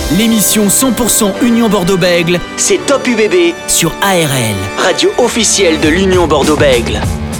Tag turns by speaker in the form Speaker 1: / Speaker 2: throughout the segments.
Speaker 1: L'émission 100% Union Bordeaux-Bègles, c'est Top UBB sur ARL, radio officielle de l'Union Bordeaux-Bègles.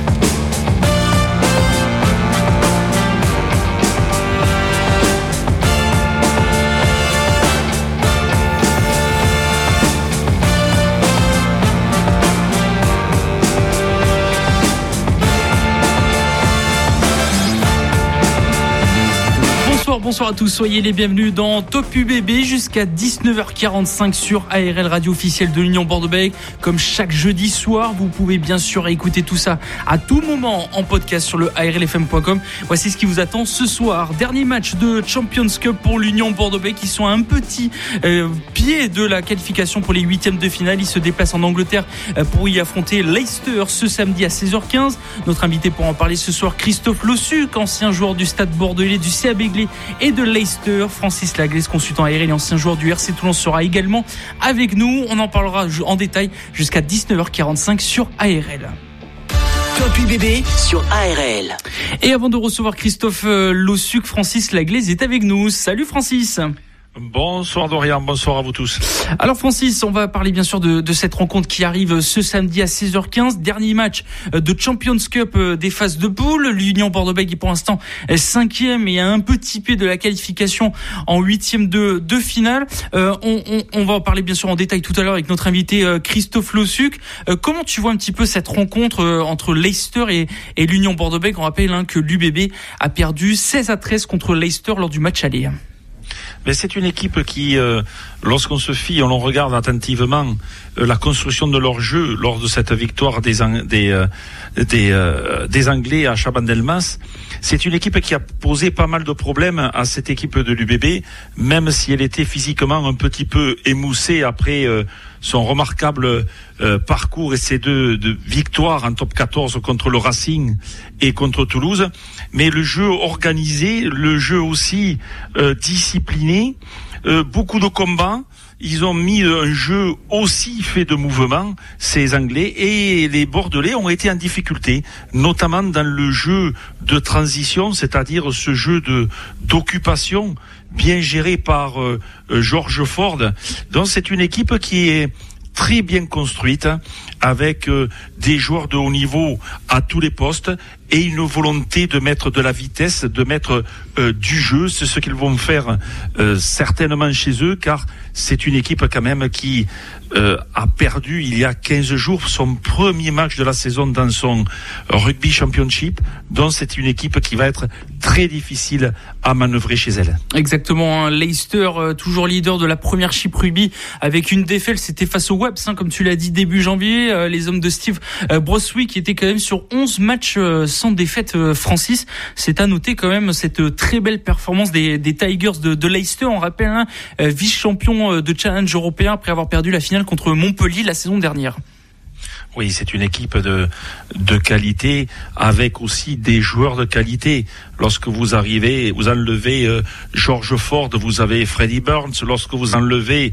Speaker 2: Bonsoir à tous, soyez les bienvenus dans Top UBB jusqu'à 19h45 sur ARL, radio officielle de l'Union Bordeaux-Bègles. Comme chaque jeudi soir, vous pouvez bien sûr écouter tout ça à tout moment en podcast sur le arlfm.com. Voici ce qui vous attend ce soir. Dernier match de Champions Cup pour l'Union Bordeaux-Bègles qui sont à un petit pied de la qualification pour les huitièmes de finale. Ils se déplacent en Angleterre pour y affronter Leicester ce samedi à 16h15. Notre invité pour en parler ce soir, Christophe Lossuc, ancien joueur du Stade Bordelais, du CA Begley et de Leicester. Francis Laglaise, consultant ARL et ancien joueur du RC Toulon, sera également avec nous. On en parlera en détail jusqu'à 19h45 sur ARL.
Speaker 1: Top UBB sur ARL.
Speaker 2: Et avant de recevoir Christophe Lossuc, Francis Laglaise est avec nous. Salut Francis.
Speaker 3: Bonsoir Dorian, bonsoir à vous tous.
Speaker 2: Alors Francis, on va parler bien sûr de cette rencontre qui arrive ce samedi à 16h15. Dernier match de Champions Cup des phases de poule. L'Union Bordeaux-Bègles est pour l'instant 5e et à un petit pied de la qualification en 8e de finale. On va en parler bien sûr en détail tout à l'heure avec notre invité Christophe Lossuc. Comment tu vois un petit peu cette rencontre entre Leicester et l'Union Bordeaux-Bègles? On rappelle que l'UBB a perdu 16-13 contre Leicester lors du match aller.
Speaker 3: Mais c'est une équipe qui, lorsqu'on se fie, on regarde attentivement la construction de leur jeu lors de cette victoire des Anglais à Chabandelmas. C'est une équipe qui a posé pas mal de problèmes à cette équipe de l'UBB, même si elle était physiquement un petit peu émoussée après son remarquable parcours et ses deux victoires en top 14 contre le Racing et contre Toulouse. Mais le jeu organisé, le jeu aussi discipliné, beaucoup de combats. Ils ont mis un jeu aussi fait de mouvements, ces Anglais, et les Bordelais ont été en difficulté, notamment dans le jeu de transition, c'est-à-dire ce jeu d'occupation bien géré par George Ford. Donc c'est une équipe qui est très bien construite, avec des joueurs de haut niveau à tous les postes et une volonté de mettre de la vitesse, de mettre du jeu. C'est ce qu'ils vont faire certainement chez eux, car c'est une équipe quand même qui a perdu il y a 15 jours son premier match de la saison dans son rugby championship. Donc c'est une équipe qui va être très difficile à manœuvrer chez elle.
Speaker 2: Exactement, Leicester toujours leader de la première chip rugby avec une défaite, c'était face aux Webs, comme tu l'as dit début janvier. Les hommes de Steve Broswick qui étaient quand même sur 11 matchs sans défaite. Francis, c'est à noter quand même cette très belle performance des Tigers de Leicester. On rappelle vice-champion de challenge européen après avoir perdu la finale contre Montpellier la saison dernière.
Speaker 3: Oui, c'est une équipe de qualité avec aussi des joueurs de qualité. Lorsque vous enlevez George Ford, vous avez Freddie Burns. Lorsque vous enlevez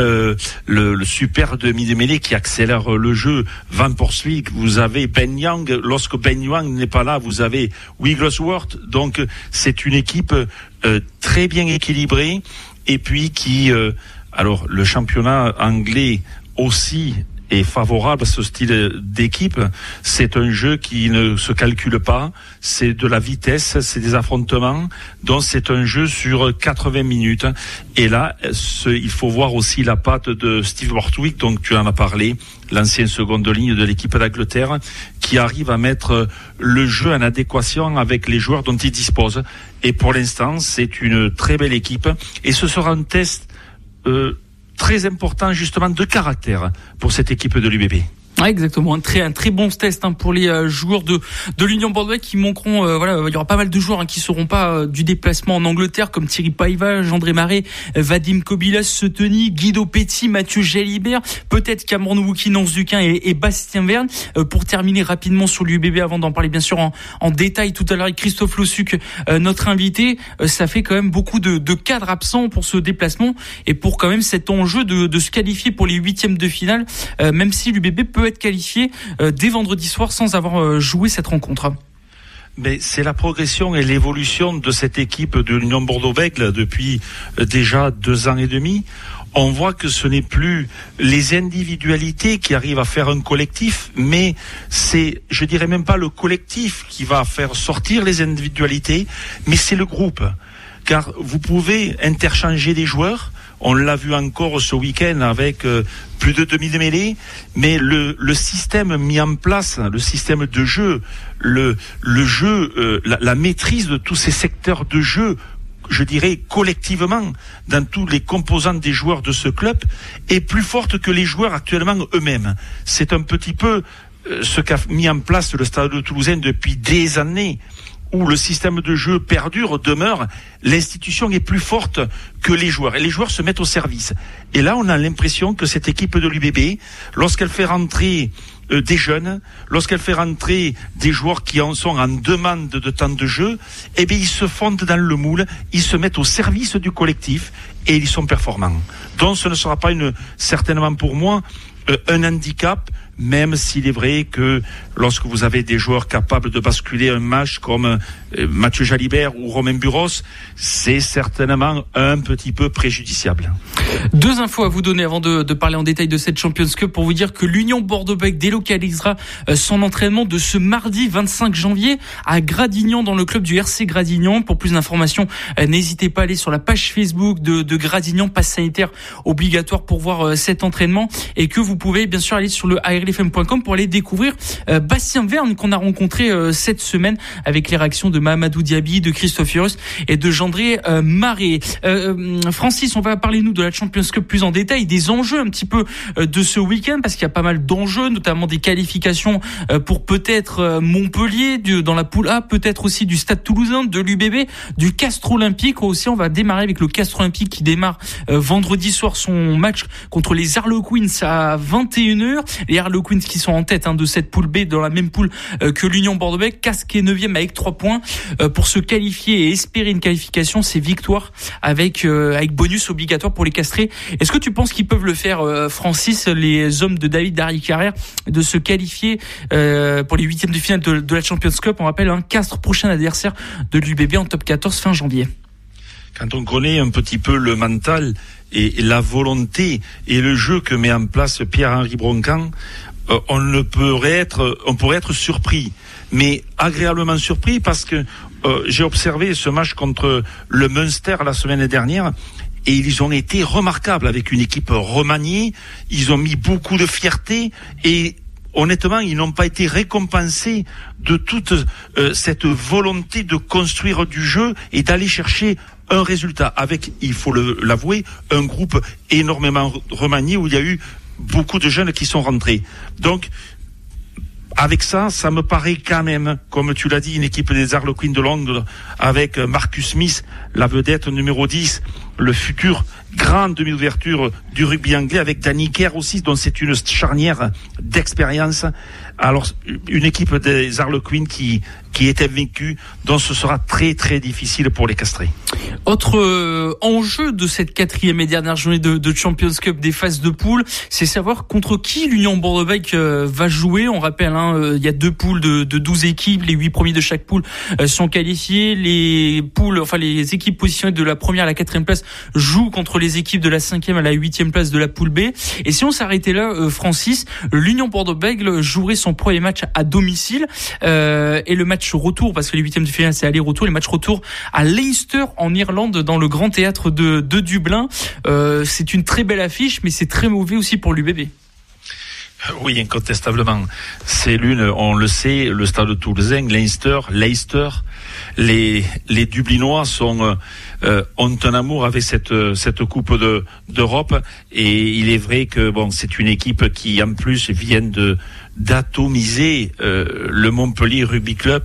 Speaker 3: le super demi-mêlée qui accélère le jeu, Van Porswick, vous avez Ben Young. Lorsque Ben Young n'est pas là, vous avez Wigglesworth. Donc c'est une équipe très bien équilibrée et puis qui alors le championnat anglais aussi est favorable à ce style d'équipe. C'est un jeu qui ne se calcule pas, c'est de la vitesse, c'est des affrontements, donc c'est un jeu sur 80 minutes. Et là, il faut voir aussi la patte de Steve Borthwick, donc tu en as parlé, l'ancienne seconde ligne de l'équipe d'Angleterre, qui arrive à mettre le jeu en adéquation avec les joueurs dont il dispose. Et pour l'instant, c'est une très belle équipe, et ce sera un test très important justement de caractère pour cette équipe de l'UBB.
Speaker 2: Ouais, exactement, un très bon test pour les joueurs de l'Union Bordeaux qui manqueront. Il y aura pas mal de joueurs qui seront pas du déplacement en Angleterre, comme Thierry Paiva, André Marais, Vadim Kobilas, Seteny, Guido Petit, Mathieu Jalibert, peut-être Cameron Wookie, Nance Duquin et Bastien Verne. Pour terminer rapidement sur l'UBB, avant d'en parler bien sûr en détail tout à l'heure avec Christophe Lossuc, notre invité, ça fait quand même beaucoup de cadres absents pour ce déplacement et pour quand même cet enjeu de se qualifier pour les huitièmes de finale, même si l'UBB peut être qualifié dès vendredi soir sans avoir joué cette rencontre.
Speaker 3: Mais c'est la progression et l'évolution de cette équipe de l'Union Bordeaux-Bègles depuis déjà 2 ans et demi. On voit que ce n'est plus les individualités qui arrivent à faire un collectif, mais c'est, je dirais même pas le collectif qui va faire sortir les individualités, mais c'est le groupe. Car vous pouvez interchanger des joueurs. On l'a vu encore ce week-end avec plus de demi-mêlées, mais le système mis en place, le système de jeu, le jeu, la maîtrise de tous ces secteurs de jeu, je dirais collectivement, dans tous les composants des joueurs de ce club, est plus forte que les joueurs actuellement eux-mêmes. C'est un petit peu ce qu'a mis en place le Stade Toulousain depuis des années, où le système de jeu perdure, demeure, l'institution est plus forte que les joueurs. Et les joueurs se mettent au service. Et là, on a l'impression que cette équipe de l'UBB, lorsqu'elle fait rentrer des jeunes, lorsqu'elle fait rentrer des joueurs qui en sont en demande de temps de jeu, eh bien, ils se fondent dans le moule, ils se mettent au service du collectif et ils sont performants. Donc, ce ne sera pas certainement pour moi, un handicap, même s'il est vrai que lorsque vous avez des joueurs capables de basculer un match comme Mathieu Jalibert ou Romain Buros, c'est certainement un petit peu préjudiciable.
Speaker 2: 2 infos à vous donner avant de parler en détail de cette Champions Cup, pour vous dire que l'Union Bordeaux-Bègles délocalisera son entraînement de ce mardi 25 janvier à Gradignan, dans le club du RC Gradignan. Pour plus d'informations, n'hésitez pas à aller sur la page Facebook de Gradignan, passe sanitaire obligatoire pour voir cet entraînement, et que vous pouvez bien sûr aller sur le ARLFM.com pour aller découvrir Bastien Verne, qu'on a rencontré cette semaine, avec les réactions de Mahamadou Diaby, de Christophe Furios et de Gendré Maré. Francis, on va parler nous de la Champions Cup plus en détail, des enjeux un petit peu de ce week-end, parce qu'il y a pas mal d'enjeux, notamment des qualifications pour peut-être Montpellier dans la poule A, peut-être aussi du Stade Toulousain, de l'UBB, du Castres Olympique aussi. On va démarrer avec le Castres Olympique qui démarre vendredi soir son match contre les Harlequins à 21h. Les Harlequins qui sont en tête de cette poule B, dans la même poule que l'Union Bordeaux-Bègles. Castres est 9e avec 3 points. Pour se qualifier et espérer une qualification, c'est victoire avec bonus obligatoire pour les Castrés. Est-ce que tu penses qu'ils peuvent le faire, Francis, les hommes de David Darry-Carrère, de se qualifier pour les 8e de finale de la Champions Cup? On rappelle, Castres, prochain adversaire de l'UBB en top 14 fin janvier.
Speaker 3: Quand on connaît un petit peu le mental et la volonté et le jeu que met en place Pierre-Henri Broncan, on pourrait être surpris, mais agréablement surpris, parce que j'ai observé ce match contre le Munster la semaine dernière, et ils ont été remarquables avec une équipe remaniée. Ils ont mis beaucoup de fierté et honnêtement, ils n'ont pas été récompensés de toute cette volonté de construire du jeu et d'aller chercher un résultat avec, il faut l'avouer, un groupe énormément remanié où il y a eu beaucoup de jeunes qui sont rentrés. Donc, avec ça me paraît quand même, comme tu l'as dit, une équipe des Harlequins de Londres avec Marcus Smith, la vedette numéro 10, le futur grand demi-ouverture du rugby anglais, avec Danny Kerr aussi, dont c'est une charnière d'expérience. Alors, une équipe des Harlequins qui est invaincue, donc ce sera très très difficile pour les Castrés.
Speaker 2: Autre enjeu de cette 4e et dernière journée de Champions Cup des phases de poule, c'est savoir contre qui l'Union Bordeaux-Bègles va jouer. On rappelle, il y a 2 poules de 12 équipes, les 8 premiers de chaque poule sont qualifiés. Les équipes positionnées de la première à la 4e place jouent contre les équipes de la 5e à la 8e place de la poule B. Et si on s'arrêtait là, Francis, l'Union Bordeaux-Bègles jouerait son premier match à domicile, et le match retour, parce que les 8e de finale c'est aller-retour, les matchs retour à Leinster en Irlande, dans le grand théâtre de Dublin. C'est une très belle affiche, mais c'est très mauvais aussi pour l'UBB.
Speaker 3: Oui, incontestablement. C'est on le sait, le Stade Toulousain, Leicester, les Dublinois ont un amour avec cette Coupe d'Europe, et il est vrai que c'est une équipe qui en plus vient d'atomiser le Montpellier Rugby Club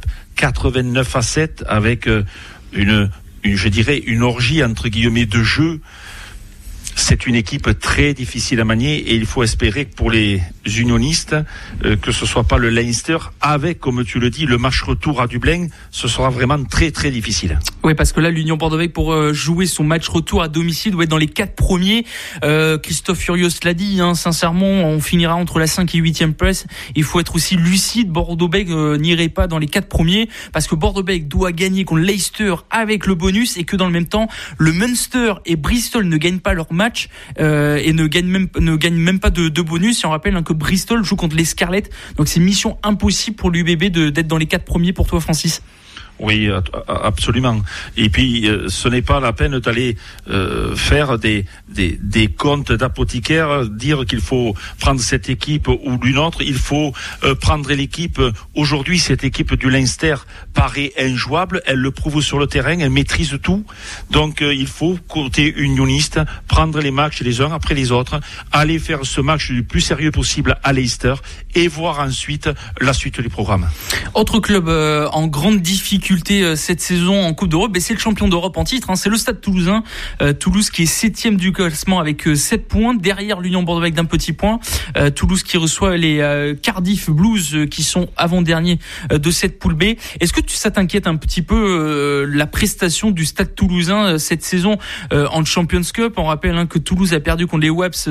Speaker 3: 89-7 avec une orgie entre guillemets de jeu. c'est une équipe très difficile à manier et il faut espérer que pour les unionistes, que ce soit pas le Leinster avec, comme tu le dis, le match retour à Dublin, ce sera vraiment très très difficile.
Speaker 2: Oui, parce que là, l'Union Bordeaux-Bègles, pour jouer son match retour à domicile, doit être dans les 4 premiers. Christophe Furios l'a dit, sincèrement, on finira entre la 5 et 8e place. Il faut être aussi lucide. Bordeaux-Bègles n'irait pas dans les 4 premiers parce que Bordeaux-Bègles doit gagner contre Leicester avec le bonus et que dans le même temps, le Munster et Bristol ne gagnent pas leur match et ne gagnent même pas de bonus. Et on rappelle que Bristol joue contre les Scarlets. Donc c'est mission impossible pour l'UBB d'être dans les 4 premiers pour toi, Francis.
Speaker 3: Oui, absolument. Et puis, ce n'est pas la peine d'aller faire des comptes d'apothicaire, dire qu'il faut prendre cette équipe ou l'une autre. Il faut prendre l'équipe. Aujourd'hui, cette équipe du Leinster paraît injouable. Elle le prouve sur le terrain. Elle maîtrise tout. Donc, il faut, côté unioniste, prendre les matchs les uns après les autres, aller faire ce match le plus sérieux possible à Leicester et voir ensuite la suite du programme.
Speaker 2: Autre club en grande difficulté cette saison en Coupe d'Europe, c'est le champion d'Europe en titre, c'est le Stade Toulousain. Toulouse qui est 7e du classement avec 7 points, derrière l'Union Bordeaux-Bègles d'un petit point. Toulouse qui reçoit les Cardiff Blues qui sont avant-derniers de cette poule B. Est-ce que ça t'inquiète un petit peu la prestation du Stade Toulousain cette saison en Champions Cup? On rappelle que Toulouse a perdu contre les Waps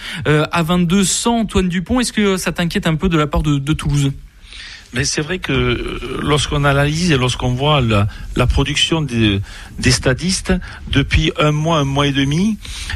Speaker 2: 30-22 sans Antoine Dupont. Est-ce que ça t'inquiète un peu de la part de Toulouse?
Speaker 3: Mais c'est vrai que lorsqu'on analyse et lorsqu'on voit la production des stadistes depuis un mois et demi,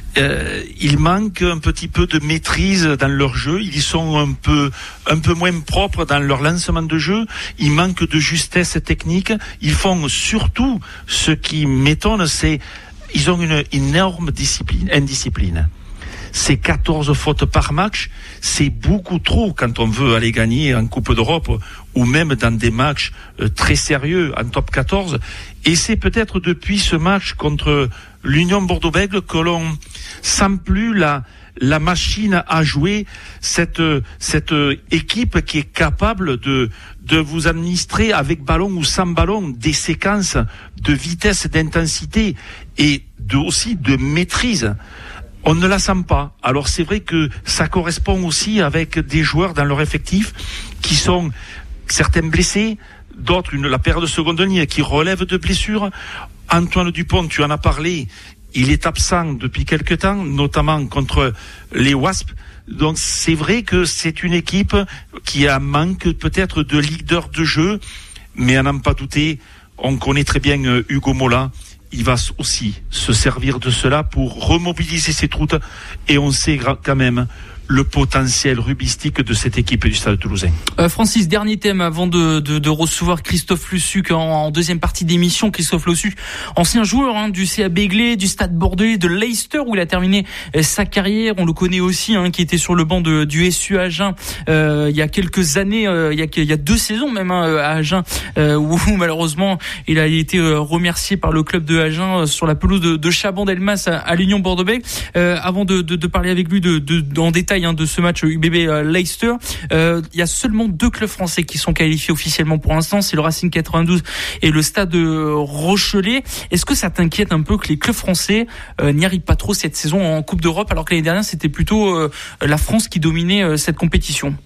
Speaker 3: il manque un petit peu de maîtrise dans leur jeu. Ils sont un peu moins propres dans leur lancement de jeu. Il manque de justesse technique. Ils font surtout, ce qui m'étonne, c'est ils ont une énorme indiscipline. C'est 14 fautes par match, c'est beaucoup trop quand on veut aller gagner en Coupe d'Europe ou même dans des matchs très sérieux en top 14. Et c'est peut-être depuis ce match contre l'Union Bordeaux-Bègles que l'on sent plus la machine à jouer, cette équipe qui est capable de vous administrer avec ballon ou sans ballon des séquences de vitesse, d'intensité et aussi de maîtrise. On ne la sent pas. Alors c'est vrai que ça correspond aussi avec des joueurs dans leur effectif qui sont certains blessés, d'autres la paire de seconde ligne qui relève de blessures. Antoine Dupont, tu en as parlé, il est absent depuis quelque temps, notamment contre les Wasps. Donc c'est vrai que c'est une équipe qui a manque peut-être de leader de jeu, mais à n'en pas douter, on connaît très bien Hugo Mola. Il va aussi se servir de cela pour remobiliser ses troupes et on sait quand même le potentiel rugbyistique de cette équipe du Stade Toulousain.
Speaker 2: Francis, dernier thème avant de recevoir Christophe Lossuc en deuxième partie d'émission. Christophe Lossuc, ancien joueur du CA Begley, du Stade Bordelais, de Leicester où il a terminé sa carrière. On le connaît aussi, qui était sur le banc du SU Agen il y a quelques années, il y a 2 saisons même à Agen, où malheureusement il a été remercié par le club de Agen sur la pelouse de Chaban-Delmas à l'Union Bordeaux-Bègles. Avant de parler avec lui en détail de ce match UBB Leicester, il y a seulement 2 clubs français qui sont qualifiés officiellement pour l'instant, c'est le Racing 92 et le Stade Rochelais. Est-ce que ça t'inquiète un peu que les clubs français n'y arrivent pas trop cette saison en Coupe d'Europe, alors que l'année dernière c'était plutôt la France qui dominait cette compétition?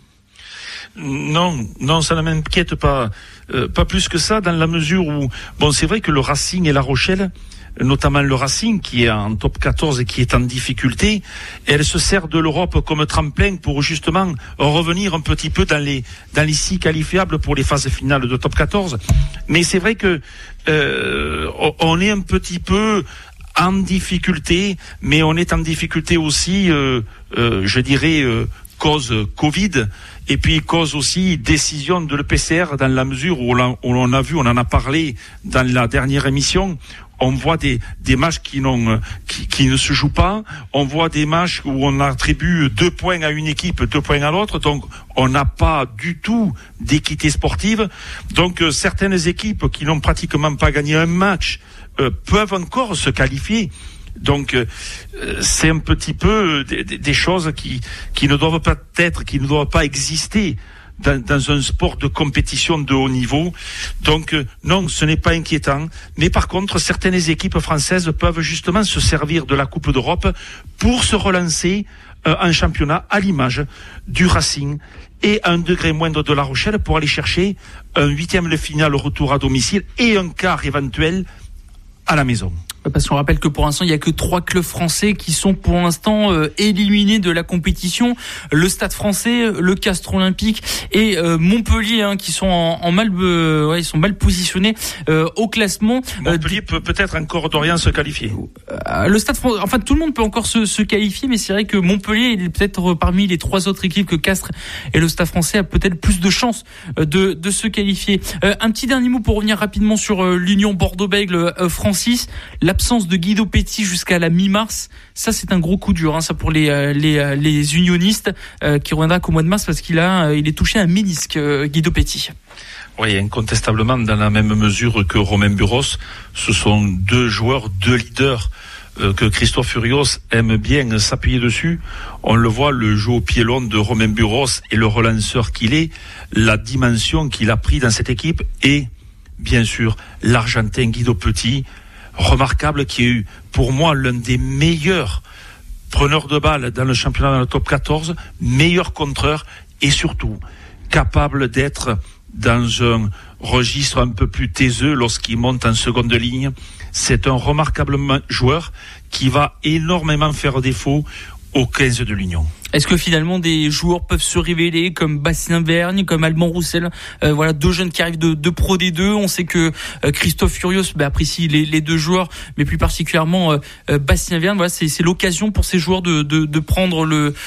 Speaker 3: Non, ça ne m'inquiète pas plus que ça, dans la mesure où, c'est vrai que le Racing et La Rochelle, notamment le Racing qui est en top 14 et qui est en difficulté, elle se sert de l'Europe comme tremplin pour justement revenir un petit peu dans les 6 qualifiables pour les phases finales de top 14. Mais c'est vrai que on est un petit peu en difficulté, mais on est en difficulté aussi, je dirais, cause Covid, et puis cause aussi décision de l'EPCR, dans la mesure où on a vu, on en a parlé dans la dernière émission. On voit des matchs qui ne se jouent pas. On voit des matchs où on attribue 2 points à une équipe, 2 points à l'autre. Donc, on n'a pas du tout d'équité sportive. Donc, certaines équipes qui n'ont pratiquement pas gagné un match peuvent encore se qualifier. Donc, c'est un petit peu des choses qui ne doivent pas exister dans un sport de compétition de haut niveau. Donc non, ce n'est pas inquiétant. Mais par contre, certaines équipes françaises peuvent justement se servir de la Coupe d'Europe pour se relancer en championnat, à l'image du Racing et à un degré moindre de La Rochelle, pour aller chercher un 8e de finale retour à domicile et un quart éventuel à la maison.
Speaker 2: Parce qu'on rappelle que pour l'instant, il n'y a que 3 clubs français qui sont pour l'instant éliminés de la compétition. Le Stade français, le Castres Olympique et Montpellier, qui sont ils sont mal positionnés au classement.
Speaker 3: Montpellier peut-être encore de rien se qualifier.
Speaker 2: Le Stade français, enfin tout le monde peut encore se qualifier, mais c'est vrai que Montpellier, il est peut-être parmi les 3 autres équipes que Castres et le Stade français a peut-être plus de chances de se qualifier. Un petit dernier mot pour revenir rapidement sur l'Union Bordeaux-Bègles, Francis. L'absence de Guido Petit jusqu'à la mi-mars, ça c'est un gros coup dur, ça pour les unionistes, qui reviendra qu'au mois de mars parce il est touché à un ménisque, Guido Petit.
Speaker 3: Oui, incontestablement, dans la même mesure que Romain Buros, ce sont 2 joueurs, 2 leaders que Christophe Furios aime bien s'appuyer dessus. On le voit, le jeu au pied long de Romain Buros et le relanceur qu'il est, la dimension qu'il a pris dans cette équipe, et bien sûr l'Argentin Guido Petit, remarquable, qui est eu pour moi l'un des meilleurs preneurs de balles dans le championnat, dans le top 14, meilleur contreur et surtout capable d'être dans un registre un peu plus taiseux lorsqu'il monte en seconde ligne. C'est un remarquable joueur qui va énormément faire défaut au 15 de l'Union.
Speaker 2: Est-ce que finalement des joueurs peuvent se révéler comme Bastien Vergne, comme Alban Roussel, 2 jeunes qui arrivent de Pro D2. On sait que Christophe Furios apprécie les 2 joueurs, mais plus particulièrement Bastien Vergne. Voilà, c'est l'occasion pour ces joueurs de prendre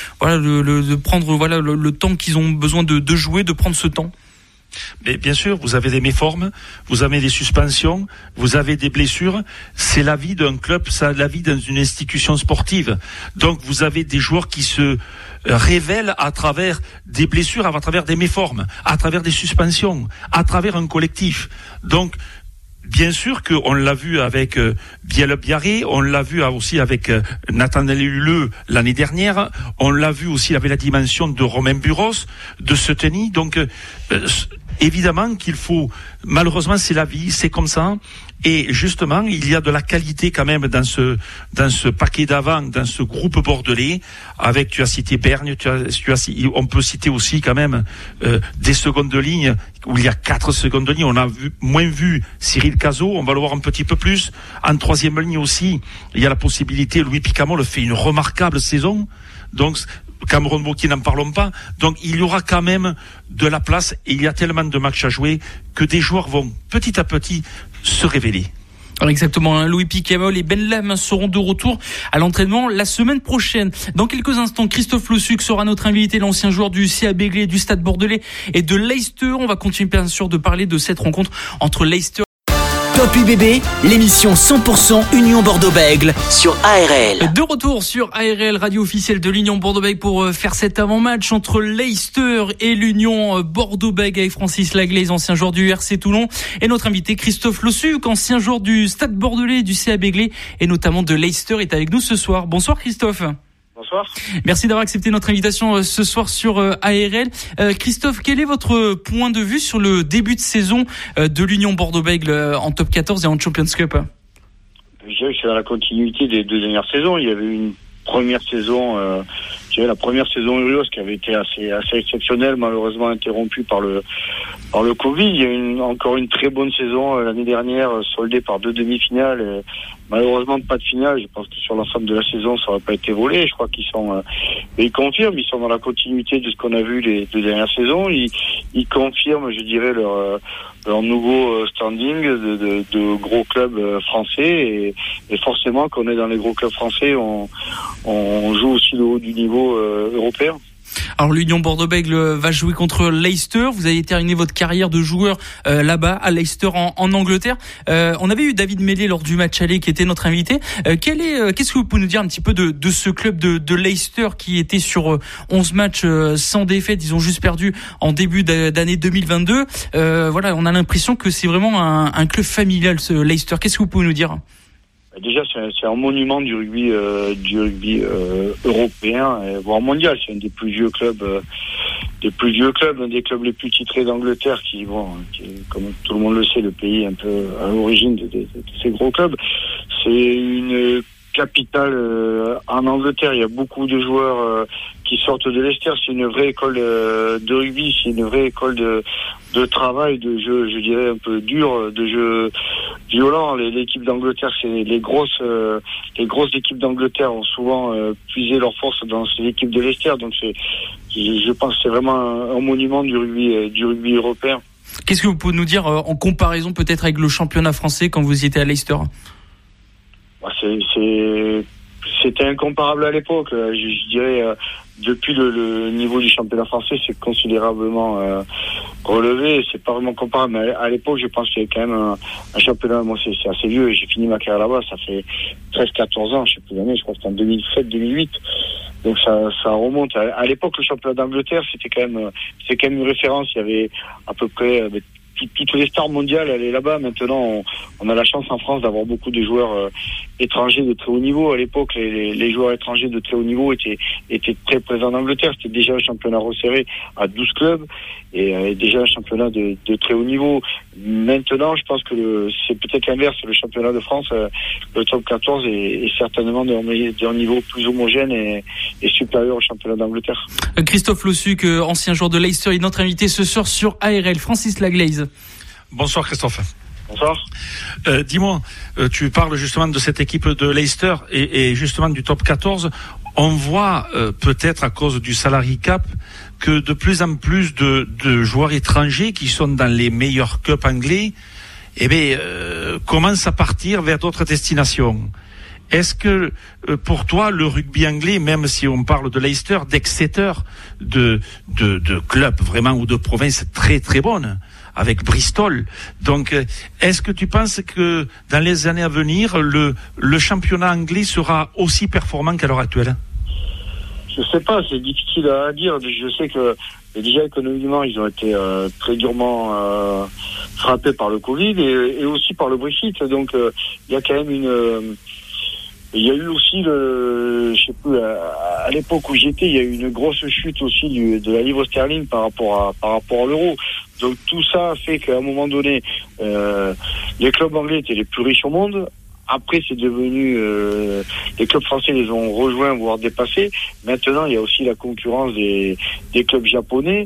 Speaker 2: le temps qu'ils ont besoin de jouer, de prendre ce temps.
Speaker 3: Mais bien sûr, vous avez des méformes, vous avez des suspensions, vous avez des blessures. C'est la vie d'un club, c'est la vie dans une institution sportive. Donc vous avez des joueurs qui se révèlent à travers des blessures, à travers des méformes, à travers des suspensions, à travers un collectif. Donc bien sûr qu'on l'a vu avec Biel Biarré, on l'a vu aussi avec Nathanaël Huleux l'année dernière, on l'a vu aussi avec la dimension de Romain Buros, de Seteny. Donc évidemment qu'il faut, malheureusement c'est la vie, c'est comme ça. Et justement, il y a de la qualité quand même dans ce paquet d'avant, dans ce groupe bordelais. Avec, tu as cité Bergne, on peut citer aussi quand même des secondes lignes où il y a 4 secondes lignes. On a moins vu Cyril Cazot, on va le voir un petit peu plus. En 3e ligne aussi, il y a la possibilité. Louis Picamol fait une remarquable saison. Donc Cameron Bocchi, n'en parlons pas. Donc il y aura quand même de la place, et il y a tellement de matchs à jouer que des joueurs vont petit à petit se révéler.
Speaker 2: Alors exactement, Louis Picamol et Ben Lam seront de retour à l'entraînement la semaine prochaine. Dans quelques instants, Christophe Lossuc sera notre invité, l'ancien joueur du CA Béglé, du Stade Bordelais et de Leicester. On va continuer bien sûr de parler de cette rencontre entre Leicester.
Speaker 1: Top UBB, l'émission 100% Union Bordeaux-Bègles sur ARL.
Speaker 2: De retour sur ARL, radio officielle de l'Union Bordeaux-Bègles, pour faire cet avant-match entre Leicester et l'Union Bordeaux-Bègles avec Francis Laglaise, ancien joueur du RC Toulon, et notre invité Christophe Lossuc, ancien joueur du Stade Bordelais, du CA Béglé et notamment de Leicester, est avec nous ce soir. Bonsoir Christophe.
Speaker 4: Bonsoir. Merci
Speaker 2: d'avoir accepté notre invitation ce soir sur ARL. Christophe, quel est votre point de vue sur le début de saison de l'Union Bordeaux-Bègles en top 14 et en Champions Cup?
Speaker 4: Je dirais que c'est dans la continuité des 2 dernières saisons. Il y avait une première saison, la première saison Urios qui avait été assez exceptionnelle, malheureusement interrompue par le Covid. Il y a encore une très bonne saison l'année dernière, soldée par 2 demi-finales. Et malheureusement pas de finale. Je pense que sur l'ensemble de la saison, ça n'aurait pas été volé. Je crois qu'ils sont, ils confirment, ils sont dans la continuité de ce qu'on a vu les 2 dernières saisons. Ils confirment, je dirais, leur nouveau standing de gros clubs français, et forcément qu'on est dans les gros clubs français, on joue aussi le haut du niveau européen.
Speaker 2: Alors l'Union Bordeaux-Bègles va jouer contre Leicester. Vous avez terminé votre carrière de joueur là-bas à Leicester en Angleterre. On avait eu David Mellé lors du match aller qui était notre invité. Qu'est-ce que vous pouvez nous dire un petit peu de ce club de Leicester qui était sur 11 matchs sans défaite? Ils ont juste perdu en début d'année 2022. On a l'impression que c'est vraiment un club familial, ce Leicester. Qu'est-ce que vous pouvez nous dire?
Speaker 4: Déjà, c'est un monument du rugby européen, voire mondial. C'est un des plus vieux clubs plus vieux clubs, l'un des clubs les plus titrés d'Angleterre, qui comme tout le monde le sait, le pays un peu à l'origine de ces gros clubs. C'est une capitale en Angleterre. Il y a beaucoup de joueurs qui sortent de Leicester. C'est une vraie école de rugby, c'est une vraie école de travail, de jeu, je dirais un peu dur, de jeu violent. L'équipe d'Angleterre, c'est les grosses équipes d'Angleterre ont souvent puisé leurs forces dans ces équipes de Leicester. Donc je pense que c'est vraiment un monument du rugby européen.
Speaker 2: Qu'est-ce que vous pouvez nous dire en comparaison peut-être avec le championnat français quand vous y étiez à Leicester?
Speaker 4: C'était incomparable à l'époque. Je dirais depuis le niveau du championnat français, c'est considérablement relevé. C'est pas vraiment comparable. Mais à l'époque, je pense qu'il y avait quand même un championnat. Moi, c'est assez vieux. J'ai fini ma carrière là-bas. Ça fait 13-14 ans. Je sais plus l'année. Je crois que c'était en 2007-2008. Donc ça remonte. À l'époque, le championnat d'Angleterre, c'était quand même une référence. Il y avait à peu près toutes les stars mondiales allaient là-bas. Maintenant, on a la chance en France d'avoir beaucoup de joueurs étrangers de très haut niveau. À l'époque, les joueurs étrangers de très haut niveau étaient très présents en Angleterre. C'était déjà un championnat resserré à 12 clubs et déjà un championnat de très haut niveau. Maintenant, je pense que c'est peut-être l'inverse. Le championnat de France, le top 14 est certainement d'un niveau plus homogène et supérieur au championnat d'Angleterre.
Speaker 2: Christophe Lossuc, ancien joueur de Leicester, est notre invité ce soir sur ARL. Francis Laglaise.
Speaker 3: Bonsoir Christophe.
Speaker 4: Bonsoir.
Speaker 3: Dis-moi, tu parles justement de cette équipe de Leicester et justement du top 14. On voit peut-être à cause du salary cap que de plus en plus de joueurs étrangers qui sont dans les meilleurs cups anglais commencent à partir vers d'autres destinations. Est-ce que pour toi le rugby anglais, même si on parle de Leicester, d'Exeter, de clubs vraiment ou de provinces très très bonnes, avec Bristol. Donc, est-ce que tu penses que dans les années à venir, le championnat anglais sera aussi performant qu'à l'heure actuelle?
Speaker 4: Je sais pas, c'est difficile à dire. Je sais que déjà économiquement, ils ont été très durement frappés par le Covid et aussi par le Brexit. Donc, il y a quand même il y a eu aussi je sais plus, à l'époque où j'étais, il y a eu une grosse chute aussi de la livre sterling par rapport à l'euro. Donc tout ça fait qu'à un moment donné, les clubs anglais étaient les plus riches au monde. Après, c'est devenu... les clubs français les ont rejoints, voire dépassés. Maintenant, il y a aussi la concurrence des clubs japonais.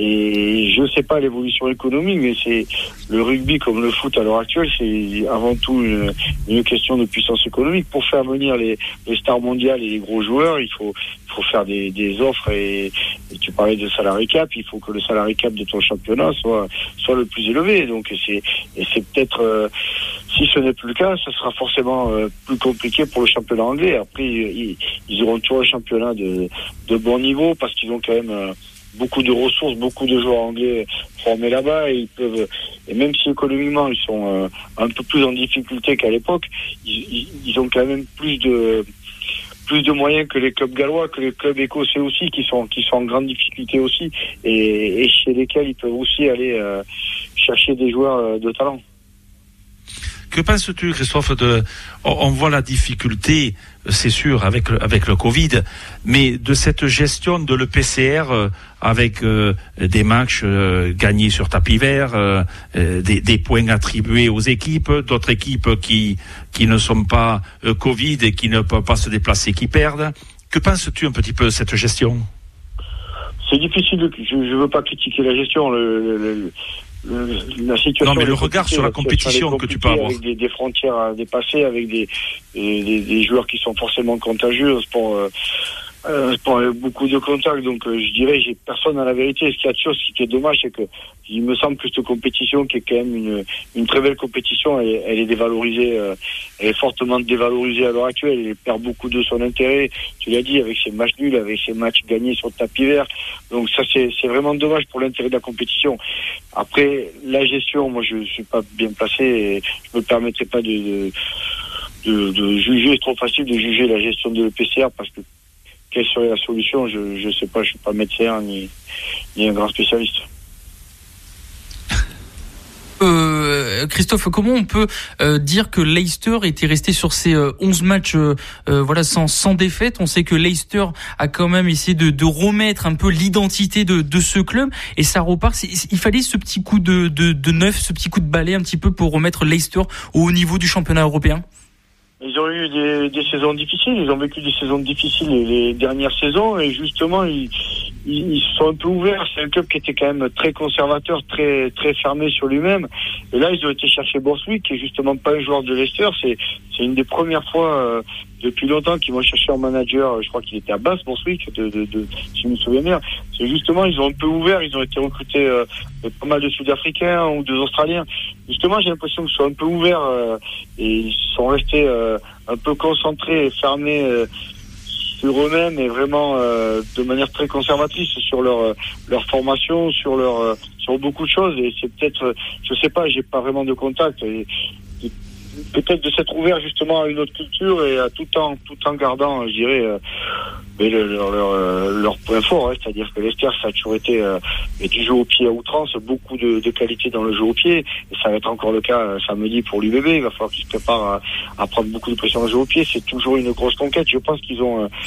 Speaker 4: Et je ne sais pas l'évolution économique, mais c'est le rugby comme le foot à l'heure actuelle, c'est avant tout une question de puissance économique. Pour faire venir les stars mondiales et les gros joueurs, il faut faire des offres et tu parlais de salary cap, il faut que le salary cap de ton championnat soit le plus élevé. Donc c'est peut-être si ce n'est plus le cas, ça sera forcément plus compliqué pour le championnat anglais. Après ils auront toujours un championnat de bon niveau parce qu'ils ont quand même beaucoup de ressources, beaucoup de joueurs anglais formés là-bas et et même si économiquement ils sont un peu plus en difficulté qu'à l'époque, ils ont quand même plus de moyens que les clubs gallois, que les clubs écossais aussi, qui sont en grande difficulté aussi, et chez lesquels ils peuvent aussi aller chercher des joueurs de talent.
Speaker 3: Que penses-tu, Christophe, on voit la difficulté, c'est sûr, avec le Covid, mais de cette gestion de l'EPCR avec des matchs gagnés sur tapis vert, des points attribués aux équipes, d'autres équipes qui ne sont pas Covid et qui ne peuvent pas se déplacer, qui perdent. Que penses-tu un petit peu de cette gestion?
Speaker 4: C'est difficile, je ne veux pas critiquer la gestion, la situation.
Speaker 3: Non, mais le regard sur la compétition que tu peux avoir.
Speaker 4: Avec des frontières à dépasser, avec des joueurs qui sont forcément contagieux, sport avec beaucoup de contacts, donc je dirais j'ai personne à la vérité. Ce qui est dommage, c'est que il me semble que cette compétition, qui est quand même une très belle compétition, elle est dévalorisée, elle est fortement dévalorisée à l'heure actuelle. Elle perd beaucoup de son intérêt, tu l'as dit, avec ses matchs nuls, avec ses matchs gagnés sur le tapis vert. Donc ça c'est vraiment dommage pour l'intérêt de la compétition. Après la gestion, moi je suis pas bien placé et je me permettrai pas de juger. C'est trop facile de juger la gestion de l'EPCR parce que quelle serait la solution? Je sais pas, je suis pas médecin ni un grand spécialiste.
Speaker 2: Christophe, comment on peut dire que Leicester était resté sur ses 11 matchs sans défaite? On sait que Leicester a quand même essayé de remettre un peu l'identité de ce club, et ça repart. Il fallait ce petit coup de neuf, ce petit coup de balai un petit peu pour remettre Leicester au haut niveau du championnat européen.
Speaker 4: Ils ont eu des saisons difficiles, ils ont vécu des saisons difficiles les dernières saisons, et justement ils se sont un peu ouverts. C'est un club qui était quand même très conservateur, très très fermé sur lui-même, et là ils ont été chercher Borthwick, qui est justement pas un joueur de Leicester. C'est une des premières fois depuis longtemps qu'ils vont chercher un manager. Je crois qu'il était à Bath, Borthwick, si je me souviens bien. C'est justement, ils ont un peu ouvert, ils ont été recrutés pas mal de Sud-Africains ou de Australiens. Justement, j'ai l'impression qu'ils sont un peu ouverts et ils sont restés un peu concentrés et fermés sur eux-mêmes, et vraiment de manière très conservatrice sur leur formation, sur beaucoup de choses. Et c'est peut-être, je sais pas, j'ai pas vraiment de contact. Et peut-être de s'être ouvert justement à une autre culture, et tout en gardant, je dirais, leur point fort, hein, c'est-à-dire que Leicester, ça a toujours été du jeu au pied à outrance, beaucoup de qualité dans le jeu au pied, et ça va être encore le cas samedi pour l'UBB. Il va falloir qu'ils se préparent à prendre beaucoup de pression au jeu au pied. C'est toujours une grosse conquête. Je pense qu'ils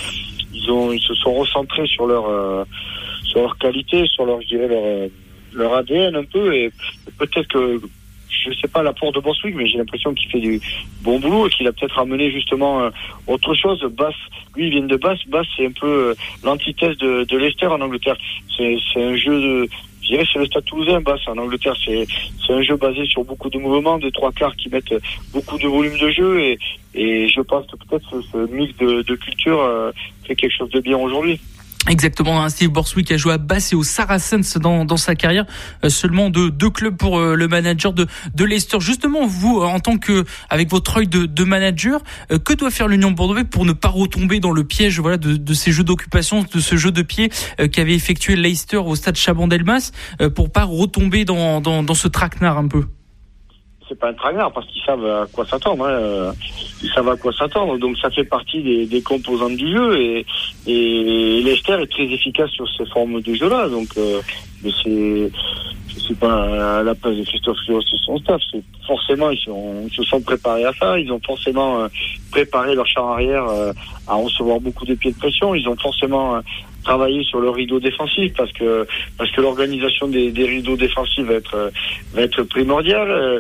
Speaker 4: se sont recentrés sur leur qualité, sur leur ADN un peu, et peut-être que, je sais pas l'apport de Borthwick, mais j'ai l'impression qu'il fait du bon boulot et qu'il a peut-être amené justement autre chose. Bath, lui, il vient de Bath. Bath, c'est un peu l'antithèse de Leicester en Angleterre. C'est un jeu je dirais, c'est le Stade Toulousain, Bath, en Angleterre. C'est un jeu basé sur beaucoup de mouvements, des trois quarts qui mettent beaucoup de volume de jeu, et je pense que peut-être ce mix de culture fait quelque chose de bien aujourd'hui.
Speaker 2: Exactement, Steve Borthwick a joué à Bath et au Saracens dans sa carrière, seulement deux clubs pour le manager de Leicester. Justement, vous, en tant que, avec votre œil de manager, que doit faire l'Union Bordeaux pour ne pas retomber dans le piège, voilà, de ces jeux d'occupation, de ce jeu de pied qu'avait effectué Leicester au stade Chaban-Delmas, pour pas retomber dans ce traquenard un peu?
Speaker 4: C'est pas un traquenard, parce qu'ils savent à quoi s'attendre. Ils savent à quoi s'attendre. Donc ça fait partie des composantes du jeu, et Leicester est très efficace sur ces formes de jeu-là. Donc je suis pas à la place de Christophe Rios et son staff. C'est forcément, ils se sont préparés à ça. Ils ont forcément préparé leur champ arrière à recevoir beaucoup de pieds de pression. Ils ont forcément travaillé sur le rideau défensif, parce que l'organisation des rideaux défensifs va être primordiale,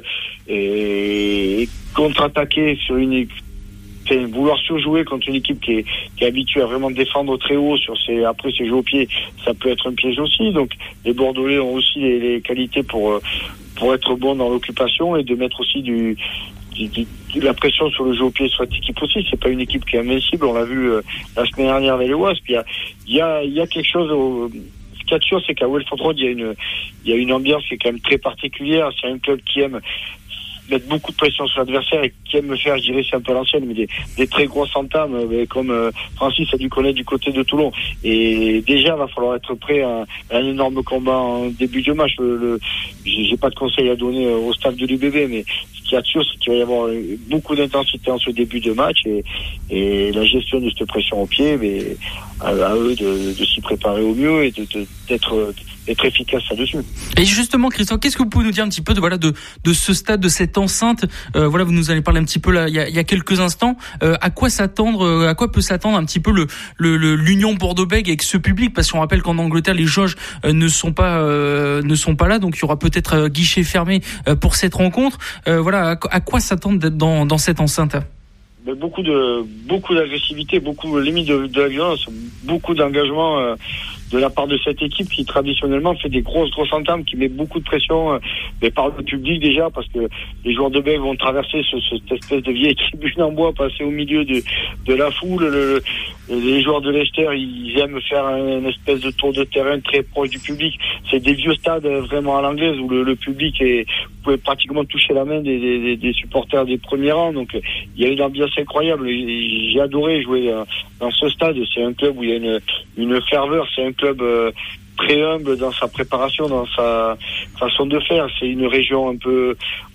Speaker 4: et contre-attaquer sur vouloir surjouer contre une équipe qui est habituée à vraiment défendre très haut après ses jeux au pied, ça peut être un piège aussi. Donc les Bordelais ont aussi les qualités pour être bons dans l'occupation, et de mettre aussi de la pression sur le jeu au pied sur cette équipe aussi. C'est pas une équipe qui est invincible, on l'a vu la semaine dernière avec les Wasps. Il y a quelque chose ce qu'il y a de sûr, c'est qu'à Welford Road, il y a une ambiance qui est quand même très particulière. C'est un club qui aime mettre beaucoup de pression sur l'adversaire, et qui aime me faire, je dirais, c'est un peu l'ancienne, mais des très grosses entames, comme Francis a dû connaître du côté de Toulon. Et déjà, va falloir être prêt à un énorme combat en début de match. J'ai pas de conseils à donner au staff de l'UBB, mais ce qu'il y a de sûr, c'est qu'il va y avoir beaucoup d'intensité en ce début de match, et la gestion de cette pression au pied, mais à eux de s'y préparer au mieux, et d'être efficace là-dessus.
Speaker 2: Et justement, Christophe, qu'est-ce que vous pouvez nous dire un petit peu de ce stade, de cette enceinte? Vous nous avez parlé un petit peu là, il y a quelques instants. À quoi peut s'attendre un petit peu l'Union Bordeaux-Bègles avec ce public? Parce qu'on rappelle qu'en Angleterre, les jauges ne sont pas là, donc il y aura peut-être guichet fermé pour cette rencontre. À quoi s'attendre d'être dans cette enceinte?
Speaker 4: Beaucoup d'agressivité, beaucoup limite de la violence, beaucoup d'engagement de la part de cette équipe qui traditionnellement fait des grosses entames, qui met beaucoup de pression, mais par le public déjà, parce que les joueurs de Bègles vont traverser cette espèce de vieille tribune en bois, passer au milieu de la foule. Les joueurs de Leicester, ils aiment faire une espèce de tour de terrain très proche du public. C'est des vieux stades vraiment à l'anglaise, où le public vous pouvez pratiquement toucher la main des supporters des premiers rangs. Donc il y a une ambiance incroyable. J'ai adoré jouer dans ce stade. C'est un club où il y a une ferveur. C'est un club très humble dans sa préparation, dans sa façon de faire. C'est une région un peu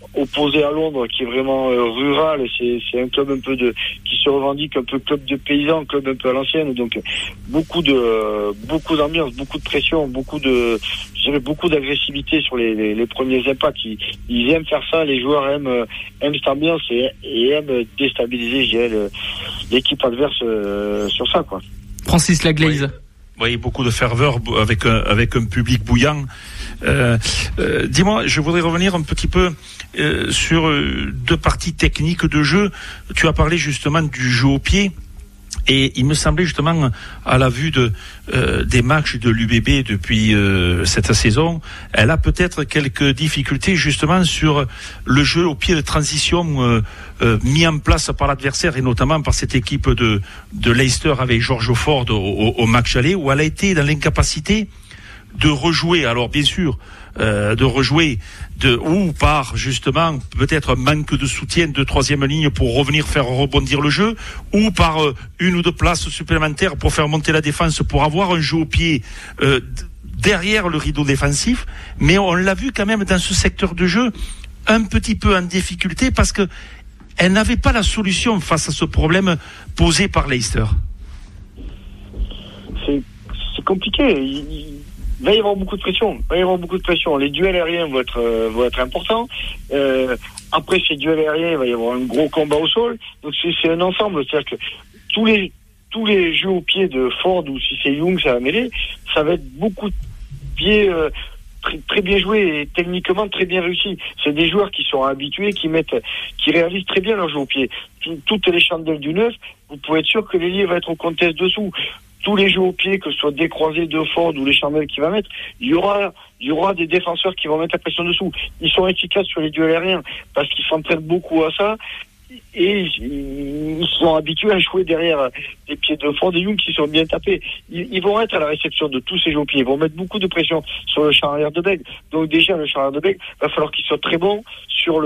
Speaker 4: opposé à Londres, qui est vraiment rural. C'est un club un peu qui se revendique un peu club de paysans, club un peu à l'ancienne. Donc beaucoup d'ambiance, beaucoup de pression, beaucoup d'agressivité sur les premiers impacts. Ils aiment faire ça. Les joueurs aiment cette ambiance et aiment déstabiliser, je dirais, l'équipe adverse sur ça, quoi.
Speaker 2: Francis Laglaise.
Speaker 3: Oui, beaucoup de ferveur avec un public bouillant. Dis-moi, je voudrais revenir un petit peu sur deux parties techniques de jeu. Tu as parlé justement du jeu au pied. Et il me semblait justement, à la vue des matchs de l'UBB depuis cette saison, elle a peut-être quelques difficultés justement sur le jeu au pied de transition mis en place par l'adversaire et notamment par cette équipe de Leicester avec George Ford au match aller, où elle a été dans l'incapacité de rejouer. Alors bien sûr, de rejouer ou par justement peut-être un manque de soutien de troisième ligne pour revenir faire rebondir le jeu, ou par une ou deux places supplémentaires pour faire monter la défense, pour avoir un jeu au pied derrière le rideau défensif. Mais on l'a vu quand même dans ce secteur de jeu un petit peu en difficulté parce que elle n'avait pas la solution face à ce problème posé par Leicester.
Speaker 4: C'est compliqué. Il va y avoir beaucoup de pression. Les duels aériens vont être importants. Après ces duels aériens, il va y avoir un gros combat au sol. Donc c'est un ensemble. C'est-à-dire que tous les jeux au pied de Ford, ou si c'est Young, ça va mêler, ça va être beaucoup de pieds très, très bien joués et techniquement très bien réussis. C'est des joueurs qui sont habitués, qui réalisent très bien leur jeu au pied. Toutes les chandelles du neuf, vous pouvez être sûr que l'ailier va être au contest dessous. Tous les jeux au pied, que ce soit des croisés de Ford ou les chandelles qu'il va mettre, il y aura des défenseurs qui vont mettre la pression dessous. Ils sont efficaces sur les duels aériens parce qu'ils s'entraînent beaucoup à ça et ils sont habitués à jouer derrière les pieds de Ford et Young qui sont bien tapés. Ils vont être à la réception de tous ces jeux au pied. Ils vont mettre beaucoup de pression sur le champ arrière de Bègle. Donc déjà, le champ arrière de Bègle, va falloir qu'il soit très bon sur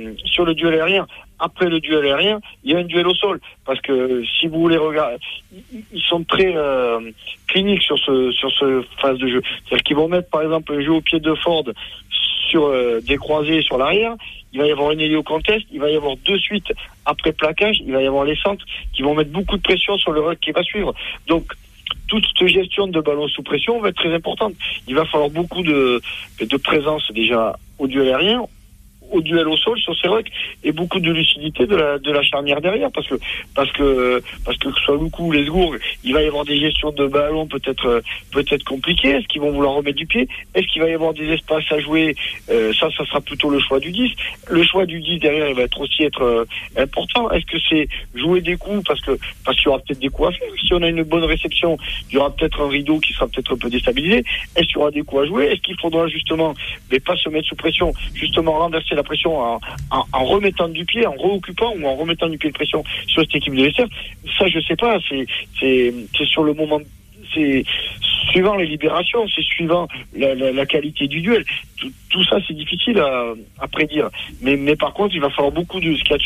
Speaker 4: le duel aérien. Après le duel aérien, il y a un duel au sol. Parce que si vous voulez regarder, ils sont très cliniques sur ce phase de jeu. C'est-à-dire qu'ils vont mettre par exemple un jeu au pied de Ford sur des croisés sur l'arrière. Il va y avoir une ailier au contest. Il va y avoir de suite, après plaquage, il va y avoir les centres qui vont mettre beaucoup de pression sur le ruck qui va suivre. Donc, toute cette gestion de ballon sous pression va être très importante. Il va falloir beaucoup de présence déjà au duel aérien, au duel au sol sur ces rucks et beaucoup de lucidité de la charnière derrière parce que que ce soit Loukou ou les Lesgourg, il va y avoir des gestions de ballon peut-être compliquées. Est-ce qu'ils vont vouloir remettre du pied? Est-ce qu'il va y avoir des espaces à jouer? Ça sera plutôt le choix du 10. Le choix du 10 derrière, il va aussi être important. Est-ce que c'est jouer des coups parce qu'il y aura peut-être des coups à faire? Si on a une bonne réception, il y aura peut-être un rideau qui sera peut-être un peu déstabilisé. Est-ce qu'il y aura des coups à jouer? Est-ce qu'il faudra justement, mais pas se mettre sous pression, justement renverser la pression en remettant du pied, en reoccupant ou en remettant du pied de pression sur cette équipe de Leicester? Ça, je sais pas. C'est sur le moment. C'est suivant les libérations, c'est suivant la qualité du duel. Tout ça, c'est difficile à prédire. Mais par contre, il va falloir beaucoup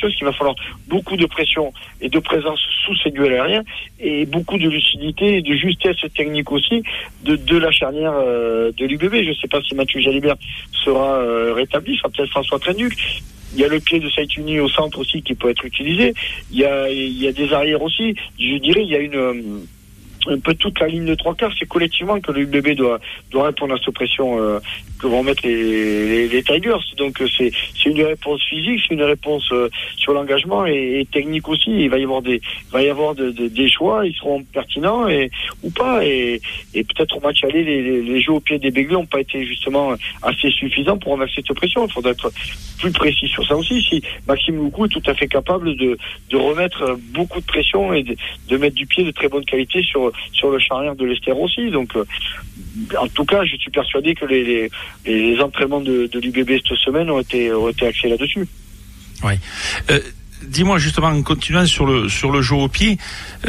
Speaker 4: de pression et de présence sous ces duels aériens et beaucoup de lucidité et de justesse technique aussi de la charnière de l'UBB. Je ne sais pas si Mathieu Jalibert sera rétabli, ça peut-être François Trenduc. Il y a le pied de Saïtuni au centre aussi qui peut être utilisé. Il y a des arrières aussi. Je dirais, il y a un peu toute la ligne de trois quarts, c'est collectivement que le UBB doit répondre à cette pression que vont mettre les Tigers. Donc c'est une réponse physique, c'est une réponse sur l'engagement et technique aussi. Il va y avoir des choix, ils seront pertinents ou pas. Et peut-être au match aller, les jeux au pied des Béglés n'ont pas été justement assez suffisants pour renverser cette pression. Il faudrait être plus précis sur ça aussi. Si Maxime Loukou est tout à fait capable de remettre beaucoup de pression et de mettre du pied de très bonne qualité sur le charnière de Leicester aussi. Donc en tout cas, je suis persuadé que les entraînements de l'UBB cette semaine ont été axés là-dessus.
Speaker 3: Oui. Dis-moi justement, en continuant sur le jeu au pied,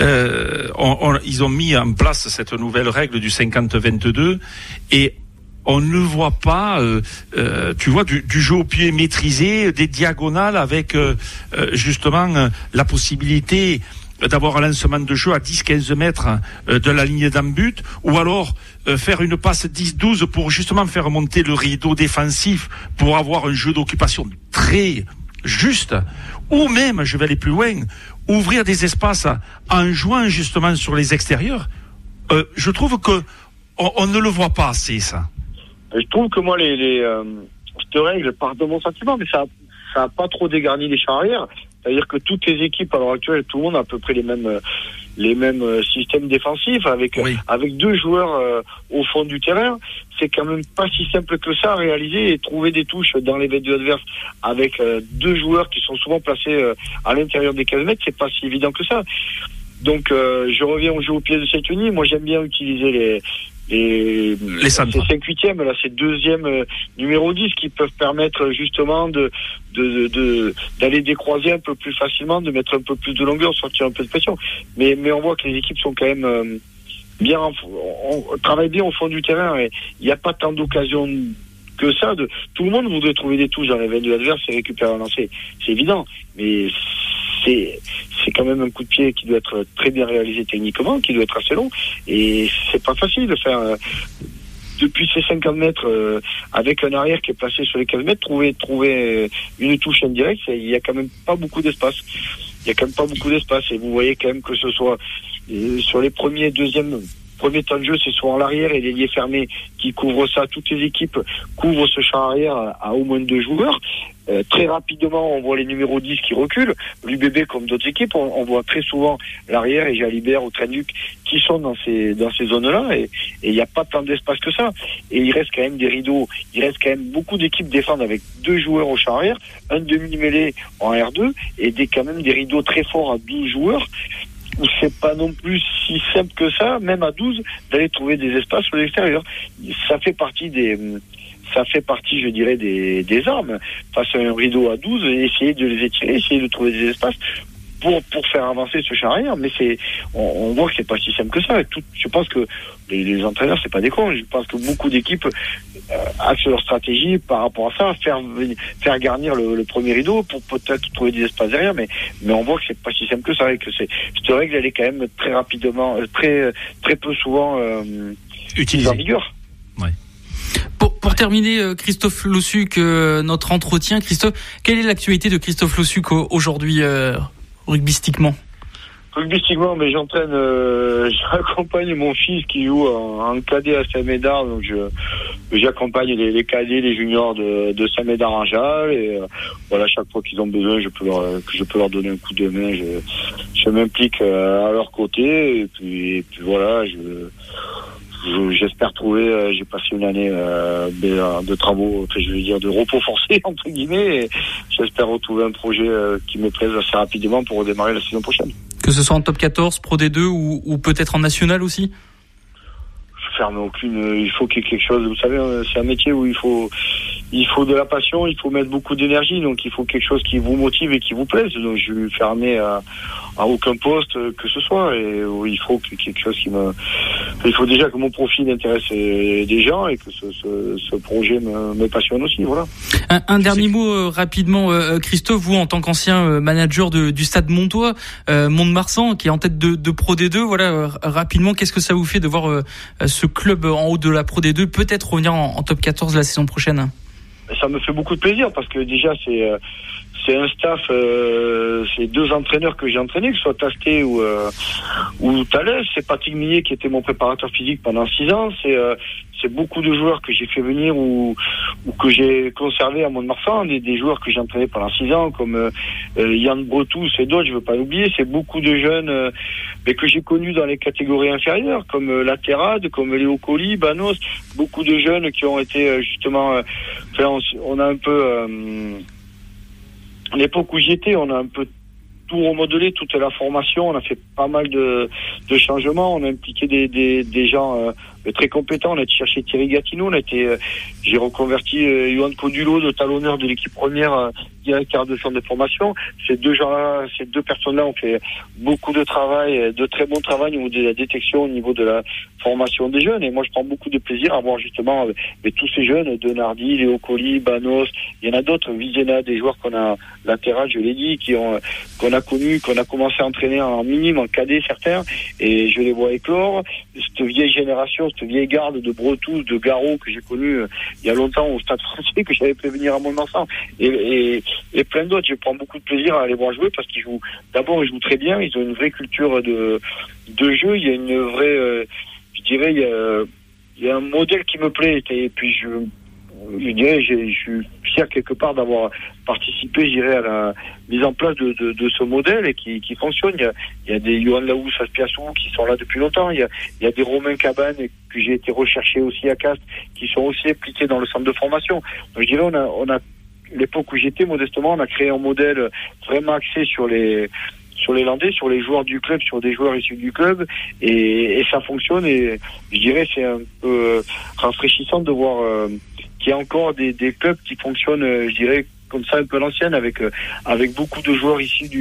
Speaker 3: ils ont mis en place cette nouvelle règle du 50-22 et on ne voit pas, tu vois, du jeu au pied maîtrisé, des diagonales avec justement la possibilité d'avoir un lancement de jeu à 10-15 mètres de la ligne d'un but, ou alors faire une passe 10-12 pour justement faire monter le rideau défensif, pour avoir un jeu d'occupation très juste, ou même, je vais aller plus loin, ouvrir des espaces en jouant justement sur les extérieurs. Je trouve que on ne le voit pas assez, ça.
Speaker 4: Je trouve que moi, cette règle part de mon sentiment, mais ça a pas trop dégarni les champs arrière. C'est-à-dire que toutes les équipes à l'heure actuelle, tout le monde a à peu près les mêmes systèmes défensifs avec deux joueurs au fond du terrain. C'est quand même pas si simple que ça à réaliser et trouver des touches dans les vêtements adverses avec deux joueurs qui sont souvent placés à l'intérieur des 15 mètres. C'est pas si évident que ça. Donc je reviens au jeu au pied de Saint-Denis. Moi j'aime bien utiliser les centres. C'est 5/8e, là c'est 2e numéro 10 qui peuvent permettre justement d'aller décroiser un peu plus facilement, de mettre un peu plus de longueur, sortir un peu de pression. Mais on voit que les équipes sont quand même bien, on travaille bien au fond du terrain et il n'y a pas tant d'occasions que ça. Tout le monde voudrait trouver des touches dans les veines de l'adverse et récupérer un lancer. C'est évident, mais c'est quand même un coup de pied qui doit être très bien réalisé techniquement, qui doit être assez long, et c'est pas facile de faire depuis ces 50 mètres avec un arrière qui est placé sur les 15 mètres, trouver une touche indirecte. Il y a quand même pas beaucoup d'espace. Et vous voyez quand même que ce soit sur les premier temps de jeu, c'est souvent l'arrière et l'ailier fermé qui couvre ça. Toutes les équipes couvrent ce champ arrière à au moins 2 joueurs. Très rapidement, on voit les numéros 10 qui reculent. L'UBB, comme d'autres équipes, on voit très souvent l'arrière et Jalibert ou Tranuc qui sont dans ces zones-là, et il n'y a pas tant d'espace que ça. Et il reste quand même des rideaux. Il reste quand même beaucoup d'équipes défendent avec 2 joueurs au champ arrière, un demi-mêlée en R2 et quand même des rideaux très forts à 12 joueurs. Où c'est pas non plus si simple que ça, même à 12, d'aller trouver des espaces sur l'extérieur. Ça fait partie, je dirais, des armes face à un rideau à 12, et essayer de les étirer, essayer de trouver des espaces pour faire avancer ce champ arrière. Mais on voit que c'est pas si simple que ça. Je pense que les entraîneurs, c'est pas des cons. Je pense que beaucoup d'équipes axent leur stratégie par rapport à ça, faire garnir le premier rideau pour peut-être trouver des espaces derrière. Mais on voit que c'est pas si simple que ça, et que cette règle, elle est quand même très rapidement, très très peu souvent utilisée en vigueur.
Speaker 2: Ouais. Pour terminer, Christophe Lossuc, notre entretien. Christophe, quelle est l'actualité de Christophe Lossuc aujourd'hui, rugbystiquement?
Speaker 4: Rugbystiquement, mais j'accompagne mon fils qui joue en cadet à Saint-Médard, donc j'accompagne les cadets, les juniors de Saint-Médard en Jalles, et voilà, chaque fois qu'ils ont besoin, je peux leur donner un coup de main, je m'implique à leur côté, et puis voilà, j'espère trouver, j'ai passé une année de travaux, je vais dire de repos forcé entre guillemets, et j'espère retrouver un projet qui me plaise assez rapidement pour redémarrer la saison prochaine.
Speaker 2: Que ce soit en top 14, Pro D2 ou peut-être en national aussi?
Speaker 4: Je ferme aucune, il faut qu'il y ait quelque chose, vous savez, c'est un métier où il faut de la passion, il faut mettre beaucoup d'énergie, donc il faut quelque chose qui vous motive et qui vous plaise. Donc je suis fermé à aucun poste que ce soit, et il faut quelque chose il faut déjà que mon profil intéresse des gens et que ce projet me passionne aussi, voilà.
Speaker 2: Un dernier mot rapidement, Christophe, vous en tant qu'ancien manager du Stade Montois, Mont-de-Marsan, qui est en tête de Pro D2, voilà, rapidement, qu'est-ce que ça vous fait de voir ce club en haut de la Pro D2 peut-être revenir en top 14 la saison prochaine?
Speaker 4: Ça me fait beaucoup de plaisir, parce que déjà c'est un staff, c'est 2 entraîneurs que j'ai entraînés, que ce soit Tasté ou Thalès. C'est Patrick Millet qui était mon préparateur physique pendant 6 ans. C'est beaucoup de joueurs que j'ai fait venir ou que j'ai conservé à Mont-de-Marsan, des joueurs que j'ai entraînés pendant 6 ans, comme Yann Bretous et d'autres, je veux pas l'oublier. C'est beaucoup de jeunes mais que j'ai connus dans les catégories inférieures, comme Laterade, comme Léo Colli, Banos, beaucoup de jeunes qui ont été justement on a un peu à l'époque où j'y étais, on a un peu tout remodelé, toute la formation, on a fait pas mal de changements, on a impliqué des gens très compétents. On a été chercher Thierry Gatineau, j'ai reconverti Johan Codulo, le talonneur de l'équipe première, directeur de centre de formation. Ces deux personnes-là ont fait beaucoup de travail, de très bon travail au niveau de la détection, au niveau de la formation des jeunes. Et moi, je prends beaucoup de plaisir à voir justement avec tous ces jeunes, Denardi, Léo Colli, Banos, il y en a d'autres, Vizena, des joueurs qu'on a latéral, je l'ai dit, qu'on a connus, qu'on a commencé à entraîner en minime, en cadet certains, et je les vois éclore. Cette vieille génération, cette vieille garde de Bretous, de Garot que j'ai connu il y a longtemps au Stade Français, que j'avais fait venir à Mont-de-Marsan, et plein d'autres. Je prends beaucoup de plaisir à les voir jouer parce qu'ils jouent très bien, ils ont une vraie culture de jeu, il y a une vraie, je dirais, il y a un modèle qui me plaît, et puis je dirais, je suis fier quelque part d'avoir participé, je dirais, à la mise en place de ce modèle et qui fonctionne. Il y a des Johan Laous, Aspiassou qui sont là depuis longtemps. Il y a des Romain Cabane que j'ai été recherché aussi à Castres, qui sont aussi impliqués dans le centre de formation. Donc je dirais, on a l'époque où j'étais, modestement, on a créé un modèle vraiment axé sur les Landais, sur les joueurs du club, sur des joueurs issus du club, et ça fonctionne. Et je dirais, c'est un peu rafraîchissant de voir qu'il y a encore des clubs qui fonctionnent, je dirais, comme ça un peu à l'ancienne, avec beaucoup de joueurs issus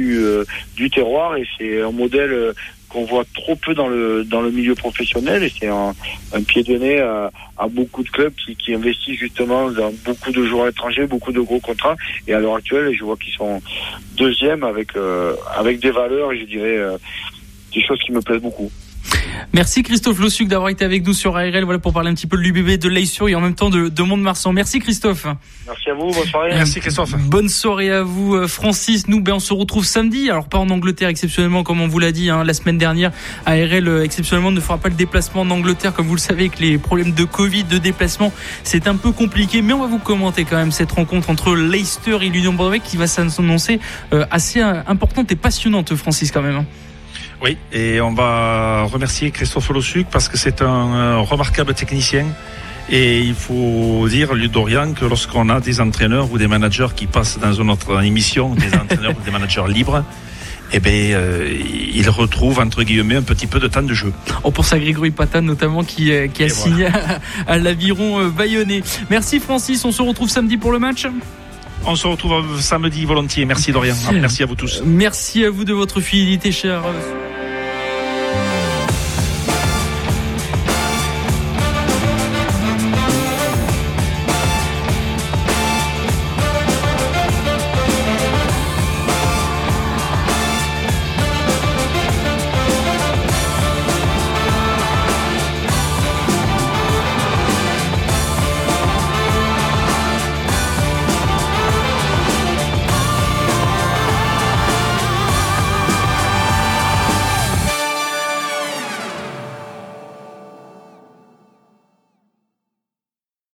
Speaker 4: du terroir, et c'est un modèle qu'on voit trop peu dans le milieu professionnel, et c'est un pied de nez à beaucoup de clubs qui investissent justement dans beaucoup de joueurs étrangers, beaucoup de gros contrats, et à l'heure actuelle, je vois qu'ils sont deuxièmes avec des valeurs, et je dirais des choses qui me plaisent beaucoup.
Speaker 2: Merci Christophe Lossuc d'avoir été avec nous sur ARL, voilà, pour parler un petit peu de l'UBB, de l'Aïssur et en même temps de Mont-de-Marsan. Merci Christophe.
Speaker 4: Merci à vous, bonne soirée.
Speaker 3: Merci Christophe.
Speaker 2: Bonne soirée à vous Francis. Nous, on se retrouve samedi, alors pas en Angleterre exceptionnellement comme on vous l'a dit la semaine dernière. ARL exceptionnellement ne fera pas le déplacement en Angleterre, comme vous le savez, avec les problèmes de Covid, de déplacement, c'est un peu compliqué, mais on va vous commenter quand même cette rencontre entre Leicester et l'Union Bordeaux qui va s'annoncer assez importante et passionnante, Francis, quand même.
Speaker 3: Oui, et on va remercier Christophe Lossuc parce que c'est un remarquable technicien. Et il faut dire, Dorian, que lorsqu'on a des entraîneurs ou des managers qui passent dans notre émission, des entraîneurs ou des managers libres, ils retrouvent, entre guillemets, un petit peu de temps de jeu.
Speaker 2: On pense à Grégory Patan, notamment, qui a signé à l'Aviron bayonnais. Merci Francis, on se retrouve samedi pour le match.
Speaker 3: On se retrouve samedi volontiers. Merci Dorian. Merci à vous tous.
Speaker 2: Merci à vous de votre fidélité, chers